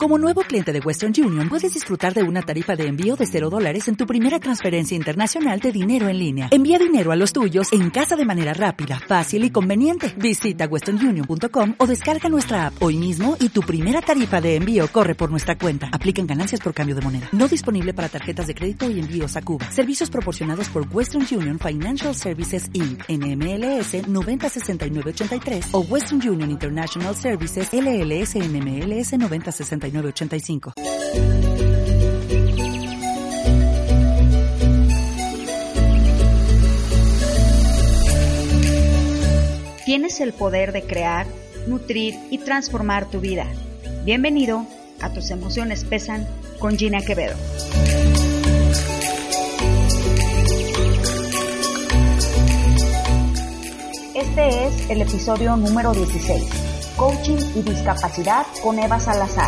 Como nuevo cliente de Western Union, puedes disfrutar de una tarifa de envío de $0 en tu primera transferencia internacional de dinero en línea. Envía dinero a los tuyos en casa de manera rápida, fácil y conveniente. Visita westernunion.com o descarga nuestra app hoy mismo y tu primera tarifa de envío corre por nuestra cuenta. Aplican ganancias por cambio de moneda. No disponible para tarjetas de crédito y envíos a Cuba. Servicios proporcionados por Western Union Financial Services Inc. NMLS 906983 o Western Union International Services LLS NMLS 906985. Tienes el poder de crear, nutrir y transformar tu vida. Bienvenido a Tus Emociones Pesan con Gina Quevedo. Este es el episodio número 16. Coaching y discapacidad con Eva Salazar.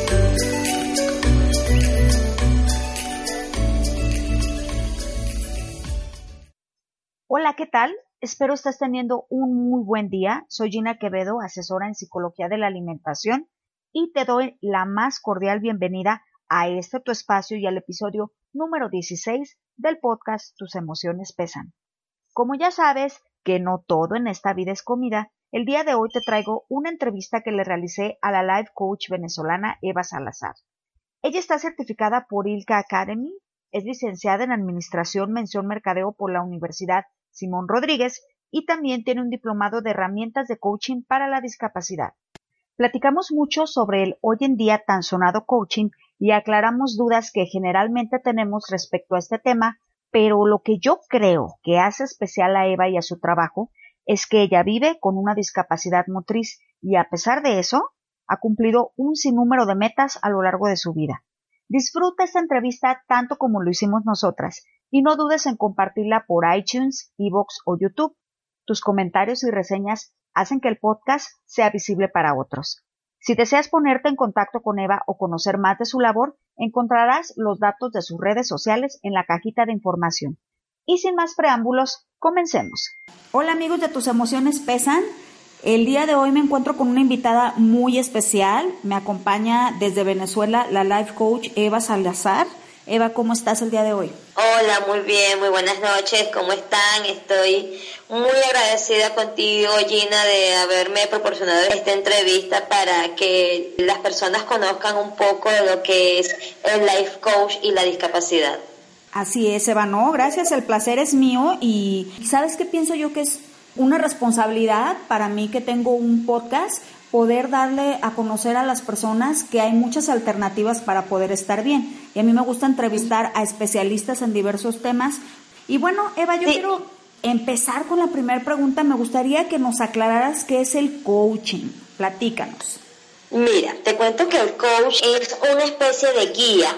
Hola, ¿qué tal? Espero estés teniendo un muy buen día. Soy Gina Quevedo, asesora en Psicología de la Alimentación, y te doy la más cordial bienvenida a tu espacio y al episodio número 16 del podcast Tus Emociones Pesan. Como ya sabes que no todo en esta vida es comida, el día de hoy te traigo una entrevista que le realicé a la life coach venezolana Eva Salazar. Ella está certificada por ILCA Academy, es licenciada en Administración Mención Mercadeo por la Universidad Simón Rodríguez y también tiene un diplomado de herramientas de coaching para la discapacidad. Platicamos mucho sobre el hoy en día tan sonado coaching y aclaramos dudas que generalmente tenemos respecto a este tema, pero lo que yo creo que hace especial a Eva y a su trabajo es que ella vive con una discapacidad motriz y a pesar de eso ha cumplido un sinnúmero de metas a lo largo de su vida. Disfruta esta entrevista tanto como lo hicimos nosotras y no dudes en compartirla por iTunes, iVoox o YouTube. Tus comentarios y reseñas hacen que el podcast sea visible para otros. Si deseas ponerte en contacto con Eva o conocer más de su labor, encontrarás los datos de sus redes sociales en la cajita de información. Y sin más preámbulos, comencemos. Hola amigos de Tus Emociones Pesan. El día de hoy me encuentro con una invitada muy especial. Me acompaña desde Venezuela la life coach Eva Salazar. Eva, ¿cómo estás el día de hoy? Hola, muy bien, muy buenas noches. ¿Cómo están? Estoy muy agradecida contigo, Gina, de haberme proporcionado esta entrevista para que las personas conozcan un poco de lo que es el life coach y la discapacidad. Así es, Eva, no, gracias, el placer es mío y ¿sabes qué pienso yo? Que es una responsabilidad para mí que tengo un podcast, poder darle a conocer a las personas que hay muchas alternativas para poder estar bien. Y a mí me gusta entrevistar a especialistas en diversos temas. Y bueno, Eva, yo quiero empezar con la primera pregunta. Me gustaría que nos aclararas qué es el coaching. Platícanos. Mira, te cuento que el coach es una especie de guía.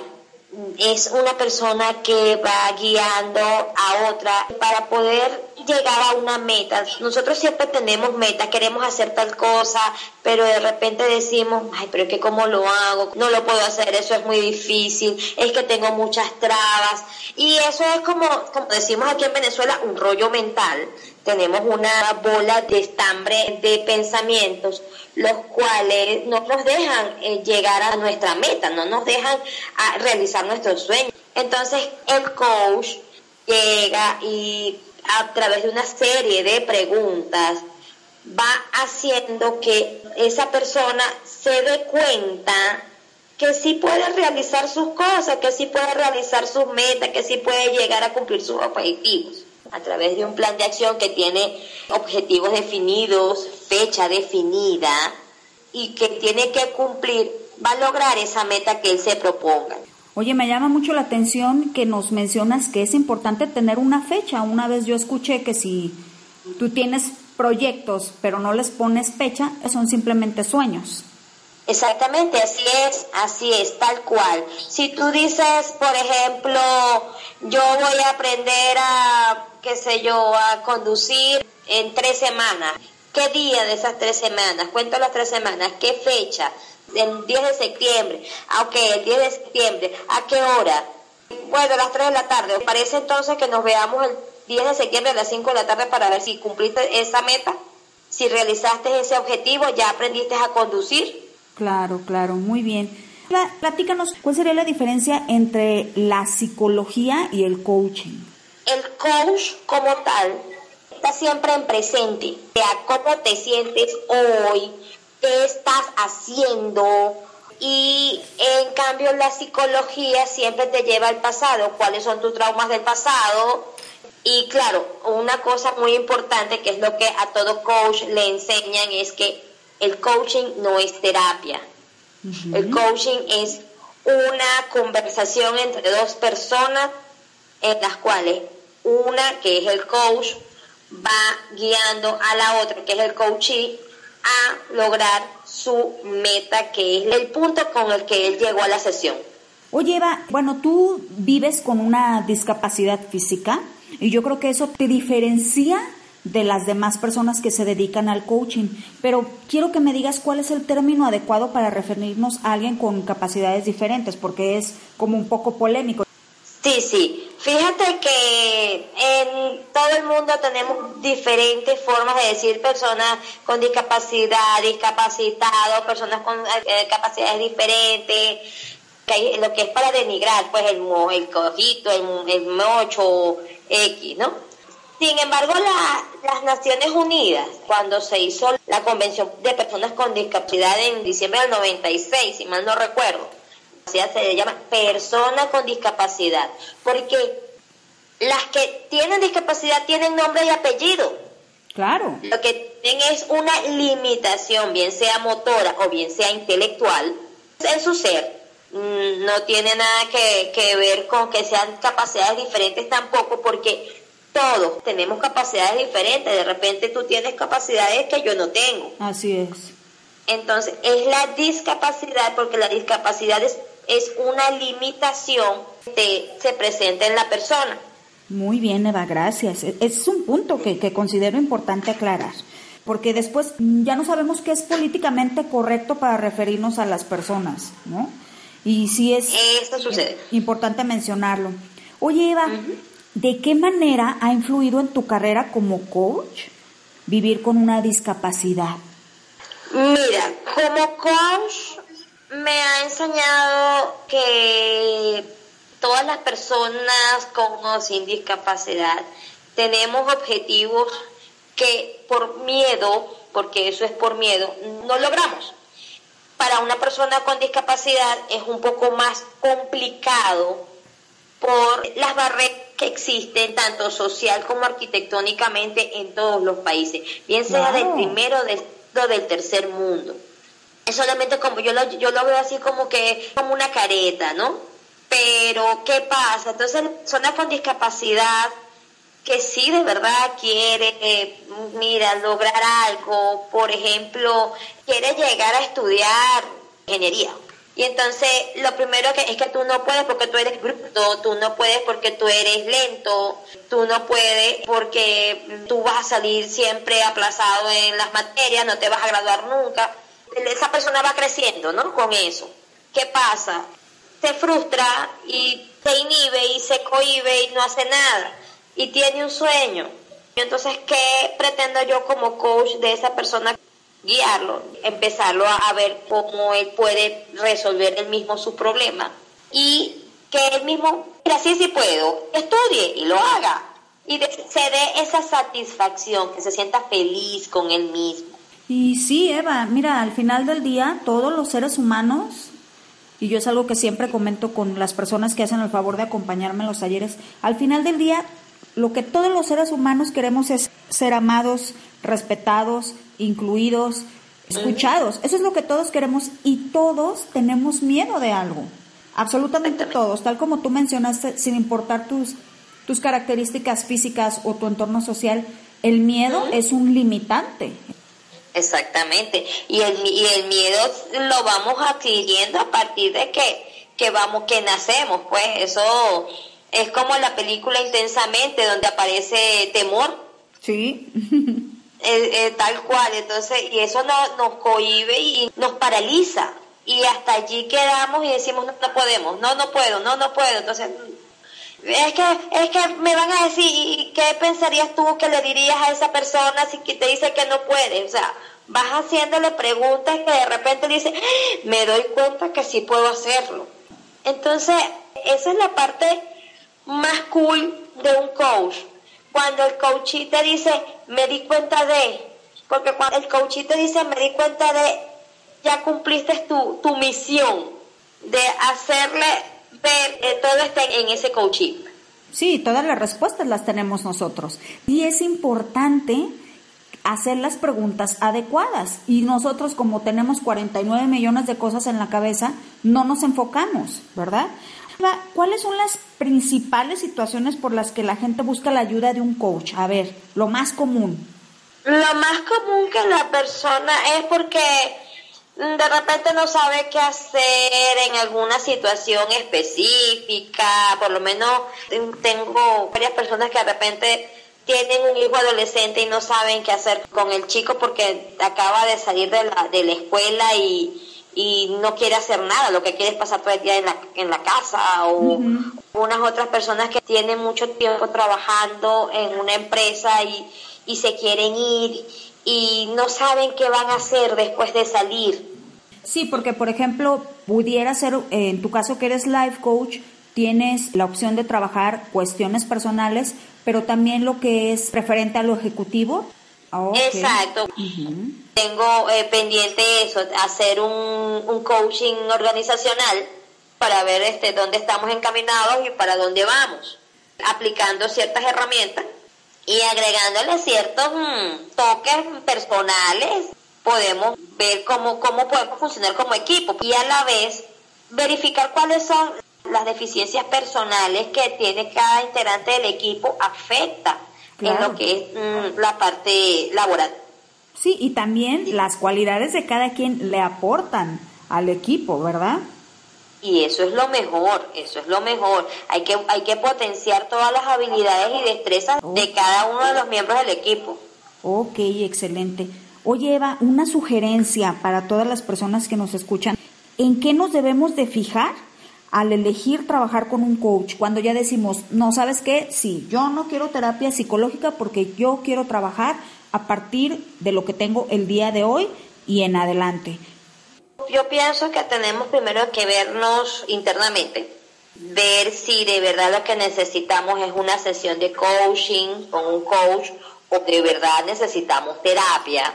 Es una persona que va guiando a otra para poder llegar a una meta. Nosotros siempre tenemos metas, queremos hacer tal cosa, pero de repente decimos, ay, pero es que ¿cómo lo hago? No lo puedo hacer, eso es muy difícil, es que tengo muchas trabas. Y eso es como decimos aquí en Venezuela, un rollo mental. Tenemos una bola de estambre de pensamientos, los cuales no nos dejan llegar a nuestra meta, no nos dejan a realizar nuestros sueños. Entonces el coach llega y a través de una serie de preguntas va haciendo que esa persona se dé cuenta que sí puede realizar sus cosas, que sí puede realizar sus metas, que sí puede llegar a cumplir sus objetivos. A través de un plan de acción que tiene objetivos definidos, fecha definida y que tiene que cumplir, va a lograr esa meta que él se proponga. Oye, me llama mucho la atención que nos mencionas que es importante tener una fecha. Una vez yo escuché que si tú tienes proyectos pero no les pones fecha, son simplemente sueños. Exactamente, así es, tal cual. Si tú dices, por ejemplo, yo voy a aprender a conducir en 3 semanas. ¿Qué día de esas 3 semanas? Cuento las 3 semanas. ¿Qué fecha? El 10 de septiembre. Ok, el 10 de septiembre. ¿A qué hora? Bueno, a las 3 de la tarde. ¿Te parece entonces que nos veamos el 10 de septiembre a las 5 de la tarde para ver si cumpliste esa meta? Si realizaste ese objetivo, ya aprendiste a conducir. Claro, muy bien. Platícanos, ¿cuál sería la diferencia entre la psicología y el coaching? El coach como tal está siempre en presente, o sea, cómo te sientes hoy, qué estás haciendo, y en cambio la psicología siempre te lleva al pasado, cuáles son tus traumas del pasado. Y claro, una cosa muy importante que es lo que a todo coach le enseñan es que el coaching no es terapia. Uh-huh. El coaching es una conversación entre dos personas en las cuales una, que es el coach, va guiando a la otra, que es el coachee, a lograr su meta, que es el punto con el que él llegó a la sesión. Oye, Eva, bueno, tú vives con una discapacidad física y yo creo que eso te diferencia de las demás personas que se dedican al coaching, pero quiero que me digas cuál es el término adecuado para referirnos a alguien con capacidades diferentes, porque es como un poco polémico. Sí. Fíjate que en todo el mundo tenemos diferentes formas de decir personas con discapacidad, discapacitados, personas con capacidades diferentes, que hay, lo que es para denigrar, pues el cojito, el mocho, X, ¿no? Sin embargo, las Naciones Unidas, cuando se hizo la Convención de Personas con Discapacidad en diciembre del 96, si mal no recuerdo, se llama persona con discapacidad, porque las que tienen discapacidad tienen nombre y apellido. Claro. Lo que tienen es una limitación, bien sea motora o bien sea intelectual, en su ser. No tiene nada que ver con que sean capacidades diferentes tampoco, porque todos tenemos capacidades diferentes. De repente tú tienes capacidades que yo no tengo. Así es. Entonces, es la discapacidad, porque la discapacidad es una limitación que se presenta en la persona. Muy bien, Eva, gracias. Es un punto que considero importante aclarar, porque después ya no sabemos qué es políticamente correcto para referirnos a las personas, ¿no? Y sí es Esto sucede. Importante mencionarlo. Oye, Eva, ¿de qué manera ha influido en tu carrera como coach vivir con una discapacidad? Mira, como coach me ha enseñado que todas las personas con o sin discapacidad tenemos objetivos que por miedo, porque eso es por miedo, no logramos. Para una persona con discapacidad es un poco más complicado por las barreras que existen tanto social como arquitectónicamente en todos los países, bien sea del primero o del tercer mundo. Es solamente como yo lo veo así como que como una careta, ¿no? Pero ¿qué pasa? Entonces la persona con discapacidad que sí de verdad quiere, lograr algo, por ejemplo, quiere llegar a estudiar ingeniería. Y entonces lo primero que es que tú no puedes porque tú eres bruto, tú no puedes porque tú eres lento, tú no puedes porque tú vas a salir siempre aplazado en las materias, no te vas a graduar nunca. Esa persona va creciendo, ¿no? Con eso. ¿Qué pasa? Se frustra y se inhibe y se cohíbe y no hace nada. Y tiene un sueño. Entonces, ¿qué pretendo yo como coach de esa persona? Guiarlo, empezarlo a ver cómo él puede resolver él mismo su problema. Y que él mismo, mira, sí puedo, estudie y lo haga. Y se dé esa satisfacción, que se sienta feliz con él mismo. Y sí, Eva, mira, al final del día, todos los seres humanos, y yo es algo que siempre comento con las personas que hacen el favor de acompañarme en los talleres, al final del día, lo que todos los seres humanos queremos es ser amados, respetados, incluidos, escuchados. Eso es lo que todos queremos y todos tenemos miedo de algo. Absolutamente todos, tal como tú mencionaste, sin importar tus características físicas o tu entorno social, el miedo es un limitante. Exactamente, y el miedo lo vamos adquiriendo a partir de que nacemos, pues eso es como la película Intensamente, donde aparece temor. Sí. Tal cual, entonces, y eso nos cohíbe y nos paraliza, y hasta allí quedamos y decimos no podemos, no puedo, entonces es que me van a decir, ¿y qué pensarías tú que le dirías a esa persona si te dice que no puede? O sea, vas haciéndole preguntas que de repente dice, me doy cuenta que sí puedo hacerlo. Entonces, esa es la parte más cool de un coach. Cuando el coachee te dice, me di cuenta de, porque cuando el coachee te dice, me di cuenta de, ya cumpliste tu misión de hacerle ver que todo está en ese coachee. Sí, todas las respuestas las tenemos nosotros. Y es importante hacer las preguntas adecuadas. Y nosotros, como tenemos 49 millones de cosas en la cabeza, no nos enfocamos, ¿verdad? ¿Cuáles son las principales situaciones por las que la gente busca la ayuda de un coach? A ver, lo más común. Lo más común que la persona es porque de repente no sabe qué hacer en alguna situación específica. Por lo menos tengo varias personas que de repente tienen un hijo adolescente y no saben qué hacer con el chico porque acaba de salir de la escuela y no quiere hacer nada, lo que quiere es pasar todo el día en la casa, o unas otras personas que tienen mucho tiempo trabajando en una empresa y se quieren ir y no saben qué van a hacer después de salir. Sí, porque por ejemplo, pudiera ser, en tu caso que eres life coach, tienes la opción de trabajar cuestiones personales, pero también lo que es referente a lo ejecutivo. Okay. Exacto. Tengo pendiente eso, hacer un coaching organizacional para ver dónde estamos encaminados y para dónde vamos, aplicando ciertas herramientas y agregándole ciertos toques personales. Podemos ver cómo podemos funcionar como equipo y a la vez verificar cuáles son las deficiencias personales que tiene cada integrante del equipo, afecta en lo que es la parte laboral. Sí, y también las cualidades de cada quien le aportan al equipo, ¿verdad? Y eso es lo mejor, Hay que potenciar todas las habilidades y destrezas de cada uno de los miembros del equipo. Ok, excelente. Oye, Eva, una sugerencia para todas las personas que nos escuchan. ¿En qué nos debemos de fijar al elegir trabajar con un coach? Cuando ya decimos, no, ¿sabes qué? Sí, yo no quiero terapia psicológica porque yo quiero trabajar a partir de lo que tengo el día de hoy y en adelante. Yo pienso que tenemos primero que vernos internamente, ver si de verdad lo que necesitamos es una sesión de coaching con un coach o de verdad necesitamos terapia,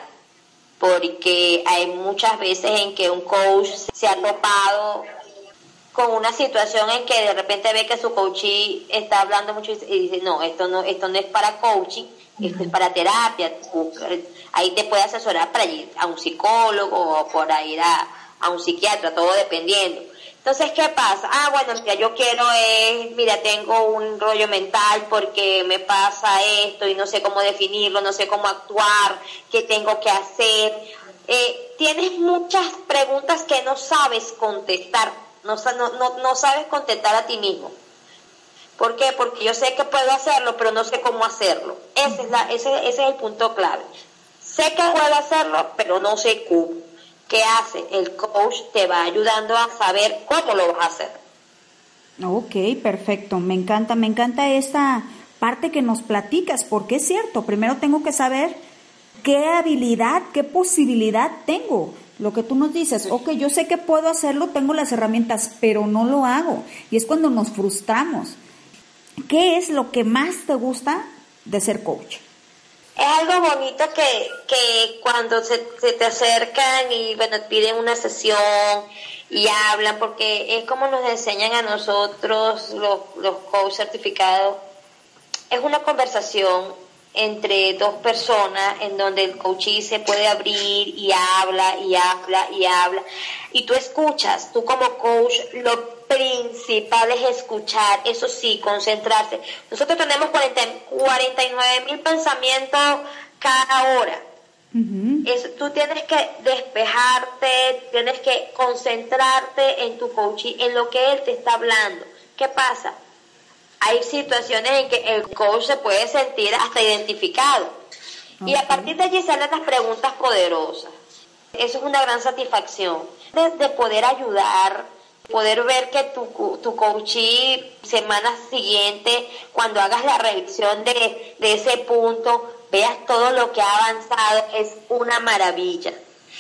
porque hay muchas veces en que un coach se ha topado con una situación en que de repente ve que su coachee está hablando mucho y dice, no, esto no es para coaching, esto es para terapia. Ahí te puede asesorar para ir a un psicólogo o para ir a un psiquiatra, todo dependiendo. Entonces, ¿qué pasa? Bueno, yo quiero tengo un rollo mental porque me pasa esto y no sé cómo definirlo, no sé cómo actuar, qué tengo que hacer. Tienes muchas preguntas que no sabes contestar, no sabes contestar a ti mismo. ¿Por qué? Porque yo sé que puedo hacerlo, pero no sé cómo hacerlo. Ese es el punto clave. Sé que puedo hacerlo, pero no sé cómo. ¿Qué hace? El coach te va ayudando a saber cómo lo vas a hacer. Ok, perfecto. Me encanta esta parte que nos platicas, porque es cierto, primero tengo que saber qué habilidad, qué posibilidad tengo. Lo que tú nos dices, ok, yo sé que puedo hacerlo, tengo las herramientas, pero no lo hago. Y es cuando nos frustramos. ¿Qué es lo que más te gusta de ser coach? Es algo bonito que cuando se te acercan y piden una sesión y hablan, porque es como nos enseñan a nosotros los coach certificados. Es una conversación entre dos personas en donde el coachee se puede abrir y habla y tú escuchas. Tú como coach lo principal es escuchar, eso sí, concentrarse. Nosotros tenemos 49,000 pensamientos cada hora. Tú tienes que despejarte, tienes que concentrarte en tu coachee, en lo que él te está hablando. ¿Qué pasa? Hay situaciones en que el coach se puede sentir hasta identificado. Y a partir de allí salen las preguntas poderosas. Eso es una gran satisfacción de poder ayudar, poder ver que tu coachee semana siguiente, cuando hagas la revisión de ese punto, veas todo lo que ha avanzado, es una maravilla.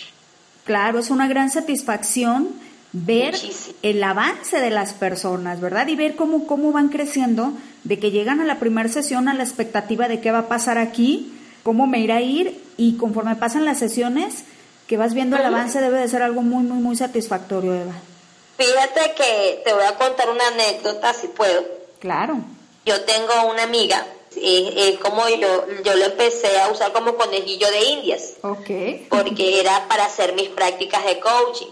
Claro, es una gran satisfacción ver Muchísimo. el avance de las personas, ¿verdad? Y ver cómo van creciendo, de que llegan a la primera sesión a la expectativa de qué va a pasar aquí, cómo me irá a ir, y conforme pasan las sesiones, que vas viendo el avance, debe de ser algo muy, muy, muy satisfactorio, Eva. Fíjate que te voy a contar una anécdota, si puedo. Claro. Yo tengo una amiga, como yo lo empecé a usar como conejillo de indias. Okay. Porque era para hacer mis prácticas de coaching.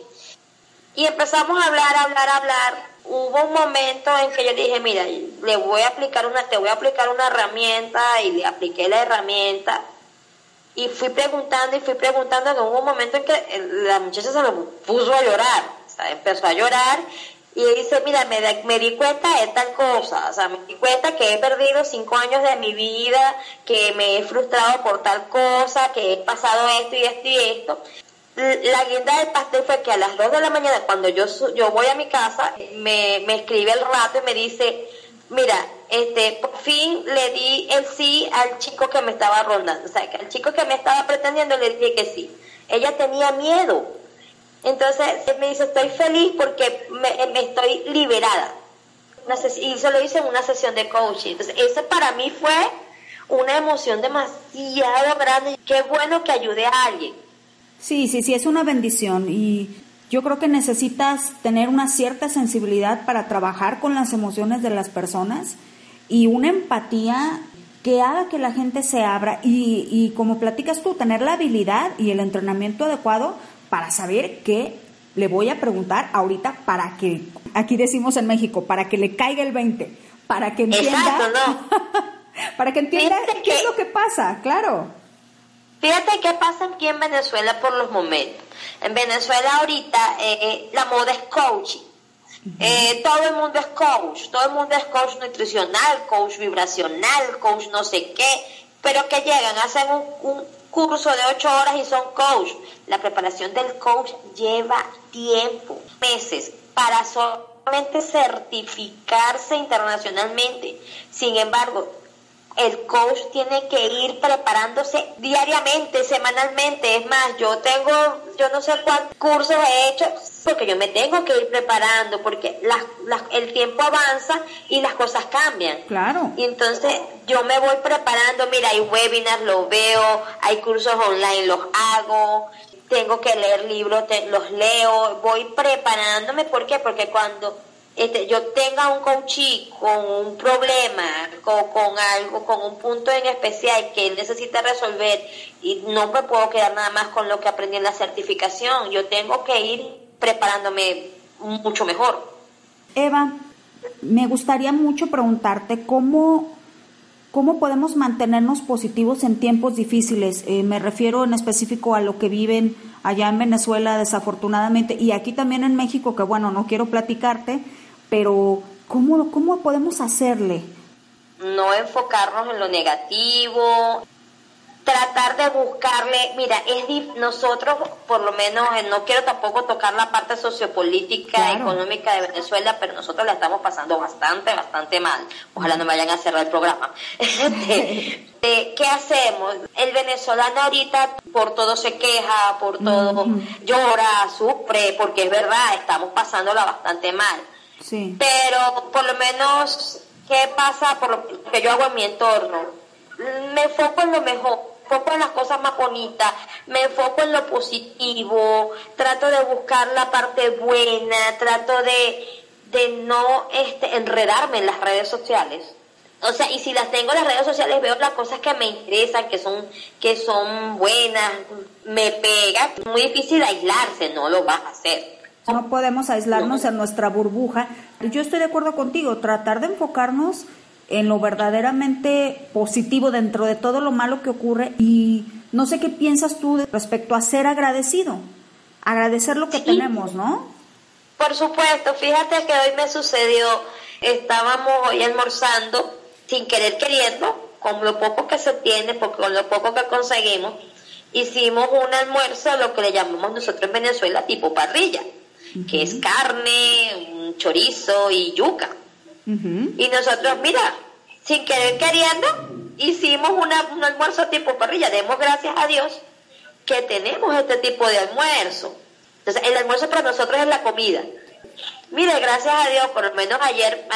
Y empezamos a hablar. Hubo un momento en que yo dije, mira, te voy a aplicar una herramienta, y le apliqué la herramienta. Y fui preguntando, que hubo un momento en que la muchacha se me puso a llorar, o sea, empezó a llorar, y dice, mira, me di cuenta de tal cosa, o sea, me di cuenta que he perdido 5 años de mi vida, que me he frustrado por tal cosa, que he pasado esto y esto y esto. La guinda del pastel fue que a las 2 de la mañana, cuando yo voy a mi casa, me escribe el rato y me dice, mira, por fin le di el sí al chico que me estaba rondando, o sea, que al chico que me estaba pretendiendo le dije que sí. Ella tenía miedo. Entonces me dice, estoy feliz porque me estoy liberada. Y eso lo hice en una sesión de coaching. Entonces eso para mí fue una emoción demasiado grande. Qué bueno que ayude a alguien. Sí, es una bendición, y yo creo que necesitas tener una cierta sensibilidad para trabajar con las emociones de las personas, y una empatía que haga que la gente se abra, y como platicas tú, tener la habilidad y el entrenamiento adecuado para saber qué le voy a preguntar ahorita, para que, aquí decimos en México, para que le caiga el 20, para que entienda. Exacto, ¿no? Para que entienda qué es lo que pasa, claro. Fíjate qué pasa aquí en Venezuela por los momentos. En Venezuela ahorita la moda es coaching. Todo el mundo es coach nutricional, coach vibracional, coach no sé qué, pero que llegan, hacen un curso de 8 horas y son coach. La preparación del coach lleva tiempo, meses, para solamente certificarse internacionalmente. Sin embargo, el coach tiene que ir preparándose diariamente, semanalmente. Es más, yo no sé cuántos cursos he hecho, porque yo me tengo que ir preparando, porque el tiempo avanza y las cosas cambian. Claro. Y entonces yo me voy preparando. Mira, hay webinars, los veo, hay cursos online, los hago. Tengo que leer libros, los leo, voy preparándome. ¿Por qué? Porque cuando yo tenga un coachee con un problema, con algo, con un punto en especial que él necesita resolver, y no me puedo quedar nada más con lo que aprendí en la certificación, yo tengo que ir preparándome mucho mejor. Eva, me gustaría mucho preguntarte cómo podemos mantenernos positivos en tiempos difíciles. Me refiero en específico a lo que viven allá en Venezuela, desafortunadamente, y aquí también en México, que bueno, no quiero platicarte, pero ¿cómo podemos hacerle? No enfocarnos en lo negativo, tratar de buscarle, mira, nosotros por lo menos, no quiero tampoco tocar la parte sociopolítica, claro, económica de Venezuela, pero nosotros la estamos pasando bastante mal. Ojalá no me vayan a cerrar el programa. ¿Qué hacemos? El venezolano ahorita por todo se queja, por todo llora, sufre, porque es verdad, estamos pasándola bastante mal. Sí. Pero por lo menos, ¿qué pasa por lo que yo hago en mi entorno? Me enfoco en lo mejor, me enfoco en las cosas más bonitas, me enfoco en lo positivo, trato de buscar la parte buena, trato de no enredarme en las redes sociales. O sea, y si las tengo en las redes sociales, veo las cosas que me interesan, que son buenas, me pegan. Es muy difícil aislarse, no lo vas a hacer. No podemos aislarnos en nuestra burbuja. Yo estoy de acuerdo contigo, tratar de enfocarnos en lo verdaderamente positivo dentro de todo lo malo que ocurre. Y no sé qué piensas tú respecto a ser agradecido, agradecer lo que tenemos, ¿no? Por supuesto, fíjate que hoy me sucedió, estábamos hoy almorzando, sin querer queriendo, con lo poco que se tiene, porque con lo poco que conseguimos, hicimos un almuerzo, lo que le llamamos nosotros en Venezuela tipo parrilla, que es carne, un chorizo y yuca. Y nosotros, mira, sin querer queriendo, hicimos un almuerzo tipo parrilla. Demos gracias a Dios que tenemos este tipo de almuerzo. Entonces, el almuerzo para nosotros es la comida. Mire, gracias a Dios, por lo menos ayer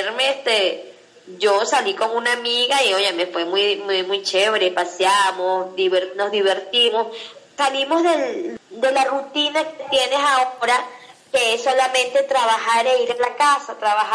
yo salí con una amiga y oye, me fue muy chévere, paseamos, nos divertimos, salimos de la rutina que tienes ahora, que es solamente trabajar e ir a la casa,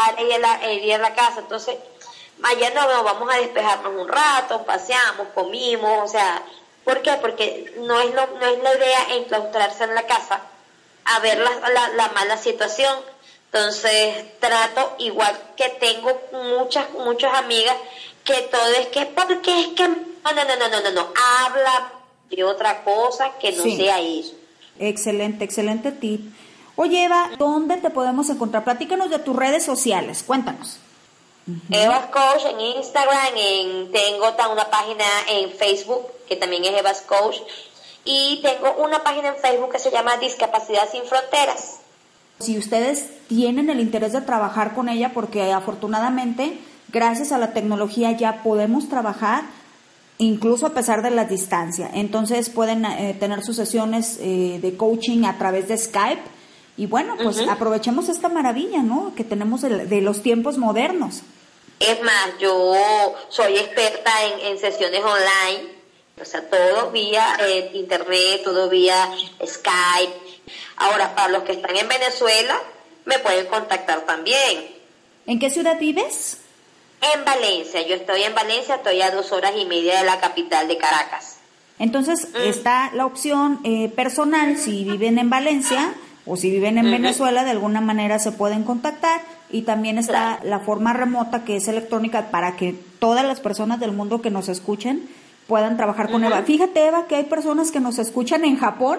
ir a la casa. Entonces, ayer nos vamos a despejarnos un rato, paseamos, comimos, o sea, ¿por qué? Porque no es la idea enclaustrarse en la casa a ver la mala situación. Entonces trato, igual que tengo muchas amigas, que todo es que, porque es que, no, habla de otra cosa que no sea eso. Excelente tip. Oye, Eva, ¿dónde te podemos encontrar? Platícanos de tus redes sociales, cuéntanos. Evas Coach en Instagram, tengo una página en Facebook, que también es Evas Coach, y tengo una página en Facebook que se llama Discapacidad Sin Fronteras. Si ustedes tienen el interés de trabajar con ella, porque afortunadamente, gracias a la tecnología ya podemos trabajar incluso a pesar de la distancia. Entonces pueden tener sus sesiones de coaching a través de Skype. Y bueno, pues aprovechemos esta maravilla, ¿no?, que tenemos de los tiempos modernos. Es más, yo soy experta en sesiones online, o sea, todo vía internet, todo vía Skype. Ahora, para los que están en Venezuela, me pueden contactar también. ¿En qué ciudad vives? En Valencia. Yo estoy en Valencia, estoy a 2 horas y media de la capital de Caracas. Entonces, está la opción personal, si viven en Valencia o si viven en Venezuela, de alguna manera se pueden contactar. Y también está la forma remota, que es electrónica, para que todas las personas del mundo que nos escuchen puedan trabajar con Eva. Fíjate, Eva, que hay personas que nos escuchan en Japón.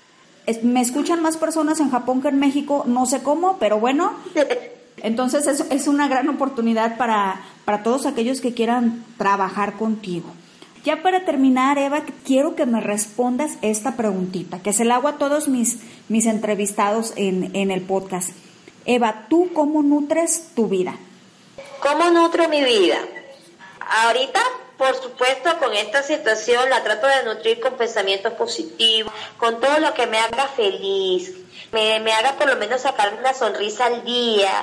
Me escuchan más personas en Japón que en México, no sé cómo, pero bueno, entonces es una gran oportunidad para todos aquellos que quieran trabajar contigo. Ya para terminar, Eva, quiero que me respondas esta preguntita, que se la hago a todos mis entrevistados en el podcast. Eva, ¿tú cómo nutres tu vida? ¿Cómo nutro mi vida? Ahorita, por supuesto, con esta situación la trato de nutrir con pensamientos positivos, con todo lo que me haga feliz, me haga por lo menos sacarme una sonrisa al día.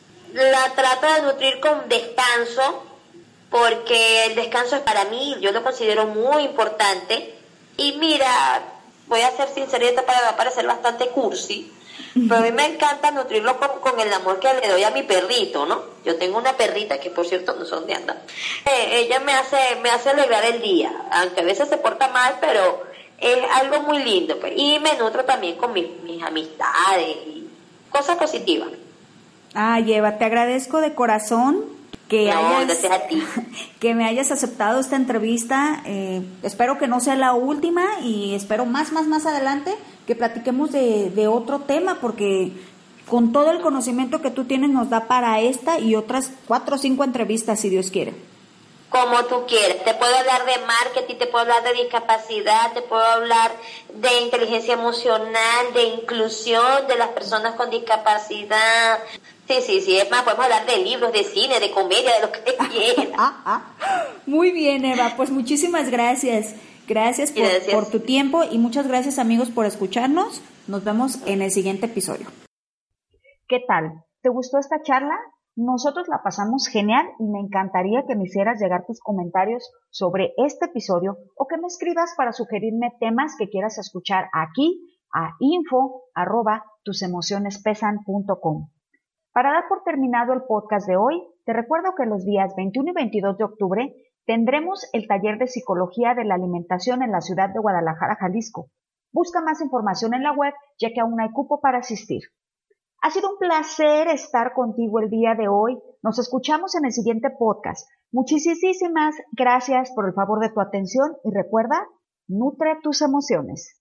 La trato de nutrir con descanso, porque el descanso es para mí, yo lo considero muy importante. Y mira, voy a ser sincerita para parecer bastante cursi, pero a mí me encanta nutrirlo con el amor que le doy a mi perrito, ¿no? Yo tengo una perrita que, por cierto, no sé dónde anda. Ella me hace alegrar el día, aunque a veces se porta mal, pero es algo muy lindo, pues. Y me nutro también con mis amistades y cosas positivas. Ay, Eva, te agradezco de corazón gracias a ti. Que me hayas aceptado esta entrevista. Espero que no sea la última y espero más adelante que platiquemos de otro tema, porque con todo el conocimiento que tú tienes nos da para esta y otras 4 o 5 entrevistas, si Dios quiere. Como tú quieras. Te puedo hablar de marketing, te puedo hablar de discapacidad, te puedo hablar de inteligencia emocional, de inclusión de las personas con discapacidad. Sí. Es más, podemos hablar de libros, de cine, de comedia, de lo que quieras. Muy bien, Eva. Pues muchísimas gracias. Gracias por tu tiempo y muchas gracias, amigos, por escucharnos. Nos vemos en el siguiente episodio. ¿Qué tal? ¿Te gustó esta charla? Nosotros la pasamos genial y me encantaría que me hicieras llegar tus comentarios sobre este episodio o que me escribas para sugerirme temas que quieras escuchar aquí a info@tusemocionespesan.com. Para dar por terminado el podcast de hoy, te recuerdo que los días 21 y 22 de octubre tendremos el taller de Psicología de la Alimentación en la ciudad de Guadalajara, Jalisco. Busca más información en la web, ya que aún hay cupo para asistir. Ha sido un placer estar contigo el día de hoy. Nos escuchamos en el siguiente podcast. Muchísimas gracias por el favor de tu atención y recuerda, nutre tus emociones.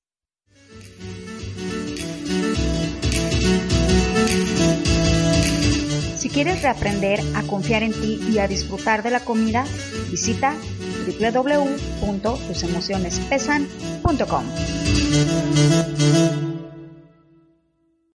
Si quieres reaprender a confiar en ti y a disfrutar de la comida, visita www.tusemocionespesan.com.